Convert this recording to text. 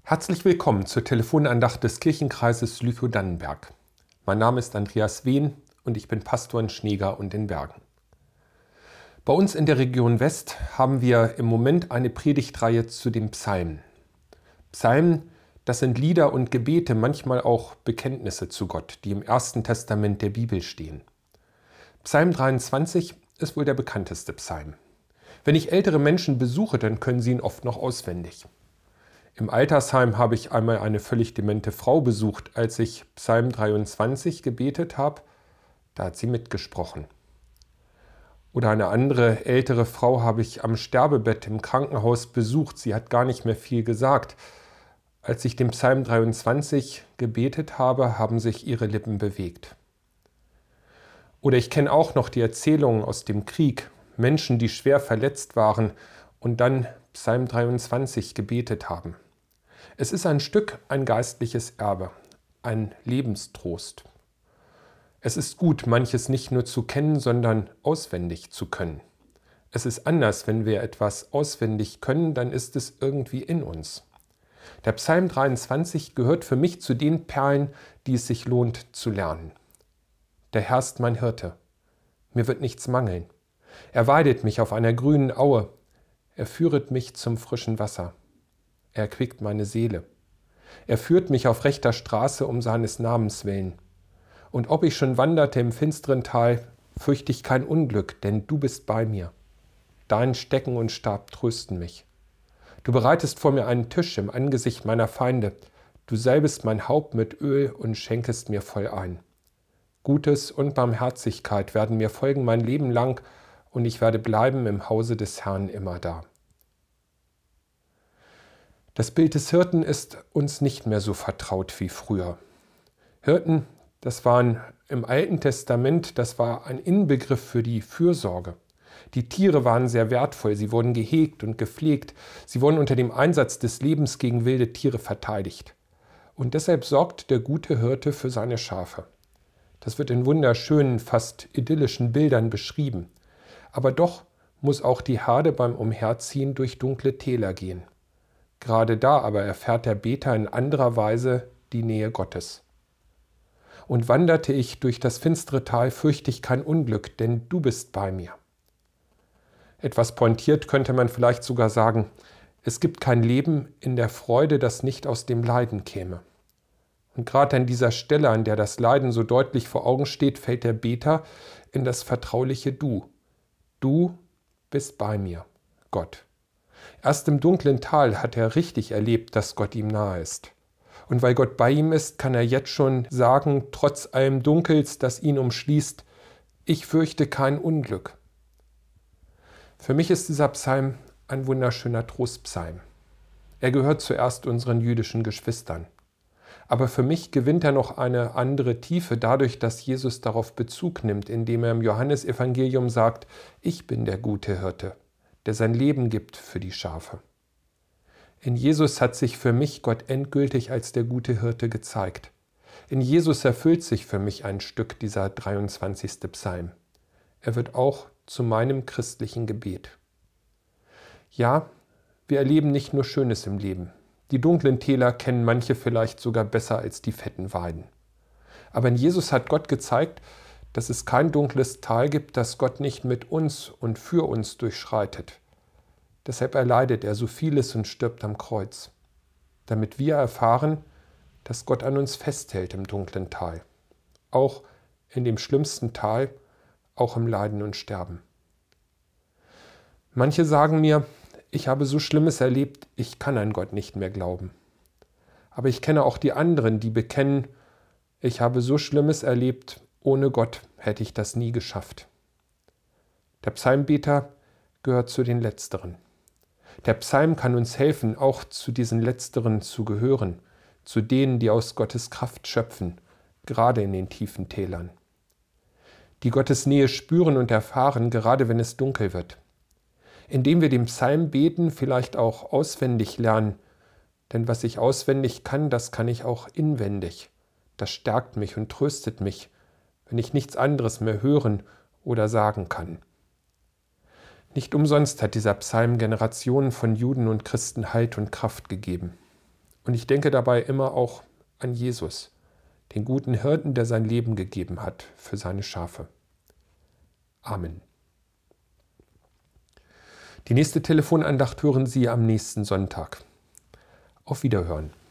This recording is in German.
Herzlich willkommen zur Telefonandacht des Kirchenkreises Lüchow-Dannenberg. Mein Name ist Andreas Wehn und ich bin Pastor in Schneegar und in Bergen. Bei uns in der Region West haben wir im Moment eine Predigtreihe zu den Psalmen. Psalmen, das sind Lieder und Gebete, manchmal auch Bekenntnisse zu Gott, die im Ersten Testament der Bibel stehen. Psalm 23 ist wohl der bekannteste Psalm. Wenn ich ältere Menschen besuche, dann können sie ihn oft noch auswendig. Im Altersheim habe ich einmal eine völlig demente Frau besucht. Als ich Psalm 23 gebetet habe, da hat sie mitgesprochen. Oder eine andere ältere Frau habe ich am Sterbebett im Krankenhaus besucht. Sie hat gar nicht mehr viel gesagt. Als ich den Psalm 23 gebetet habe, haben sich ihre Lippen bewegt. Oder ich kenne auch noch die Erzählungen aus dem Krieg. Menschen, die schwer verletzt waren und dann Psalm 23 gebetet haben. Es ist ein geistliches Erbe, ein Lebenstrost. Es ist gut, manches nicht nur zu kennen, sondern auswendig zu können. Es ist anders, wenn wir etwas auswendig können, dann ist es irgendwie in uns. Der Psalm 23 gehört für mich zu den Perlen, die es sich lohnt zu lernen. Der Herr ist mein Hirte. Mir wird nichts mangeln. Er weidet mich auf einer grünen Aue. Er führet mich zum frischen Wasser. Er erquickt meine Seele. Er führt mich auf rechter Straße um seines Namens willen. Und ob ich schon wanderte im finsteren Tal, fürchte ich kein Unglück, denn du bist bei mir. Dein Stecken und Stab trösten mich. Du bereitest vor mir einen Tisch im Angesicht meiner Feinde. Du salbest mein Haupt mit Öl und schenkest mir voll ein. Gutes und Barmherzigkeit werden mir folgen mein Leben lang, und ich werde bleiben im Hause des Herrn immer da. Das Bild des Hirten ist uns nicht mehr so vertraut wie früher. Hirten, das waren im Alten Testament, das war ein Inbegriff für die Fürsorge. Die Tiere waren sehr wertvoll, sie wurden gehegt und gepflegt, sie wurden unter dem Einsatz des Lebens gegen wilde Tiere verteidigt. Und deshalb sorgt der gute Hirte für seine Schafe. Das wird in wunderschönen, fast idyllischen Bildern beschrieben. Aber doch muss auch die Herde beim Umherziehen durch dunkle Täler gehen. Gerade da aber erfährt der Beter in anderer Weise die Nähe Gottes. Und wanderte ich durch das finstere Tal, fürchte ich kein Unglück, denn du bist bei mir. Etwas pointiert könnte man vielleicht sogar sagen, es gibt kein Leben in der Freude, das nicht aus dem Leiden käme. Und gerade an dieser Stelle, an der das Leiden so deutlich vor Augen steht, fällt der Beter in das vertrauliche Du. Du bist bei mir, Gott. Erst im dunklen Tal hat er richtig erlebt, dass Gott ihm nahe ist. Und weil Gott bei ihm ist, kann er jetzt schon sagen, trotz allem Dunkels, das ihn umschließt, ich fürchte kein Unglück. Für mich ist dieser Psalm ein wunderschöner Trostpsalm. Er gehört zuerst unseren jüdischen Geschwistern. Aber für mich gewinnt er noch eine andere Tiefe dadurch, dass Jesus darauf Bezug nimmt, indem er im Johannesevangelium sagt, ich bin der gute Hirte, der sein Leben gibt für die Schafe. In Jesus hat sich für mich Gott endgültig als der gute Hirte gezeigt. In Jesus erfüllt sich für mich ein Stück dieser 23. Psalm. Er wird auch zu meinem christlichen Gebet. Ja, wir erleben nicht nur Schönes im Leben. Die dunklen Täler kennen manche vielleicht sogar besser als die fetten Weiden. Aber in Jesus hat Gott gezeigt, dass es kein dunkles Tal gibt, das Gott nicht mit uns und für uns durchschreitet. Deshalb erleidet er so vieles und stirbt am Kreuz, damit wir erfahren, dass Gott an uns festhält im dunklen Tal, auch in dem schlimmsten Tal, auch im Leiden und Sterben. Manche sagen mir, ich habe so Schlimmes erlebt, ich kann an Gott nicht mehr glauben. Aber ich kenne auch die anderen, die bekennen, ich habe so Schlimmes erlebt, ohne Gott hätte ich das nie geschafft. Der Psalmbeter gehört zu den Letzteren. Der Psalm kann uns helfen, auch zu diesen Letzteren zu gehören, zu denen, die aus Gottes Kraft schöpfen, gerade in den tiefen Tälern. Die Gottes Nähe spüren und erfahren, gerade wenn es dunkel wird. Indem wir den Psalm beten, vielleicht auch auswendig lernen, denn was ich auswendig kann, das kann ich auch inwendig. Das stärkt mich und tröstet mich, wenn ich nichts anderes mehr hören oder sagen kann. Nicht umsonst hat dieser Psalm Generationen von Juden und Christen Halt und Kraft gegeben. Und ich denke dabei immer auch an Jesus, den guten Hirten, der sein Leben gegeben hat für seine Schafe. Amen. Die nächste Telefonandacht hören Sie am nächsten Sonntag. Auf Wiederhören.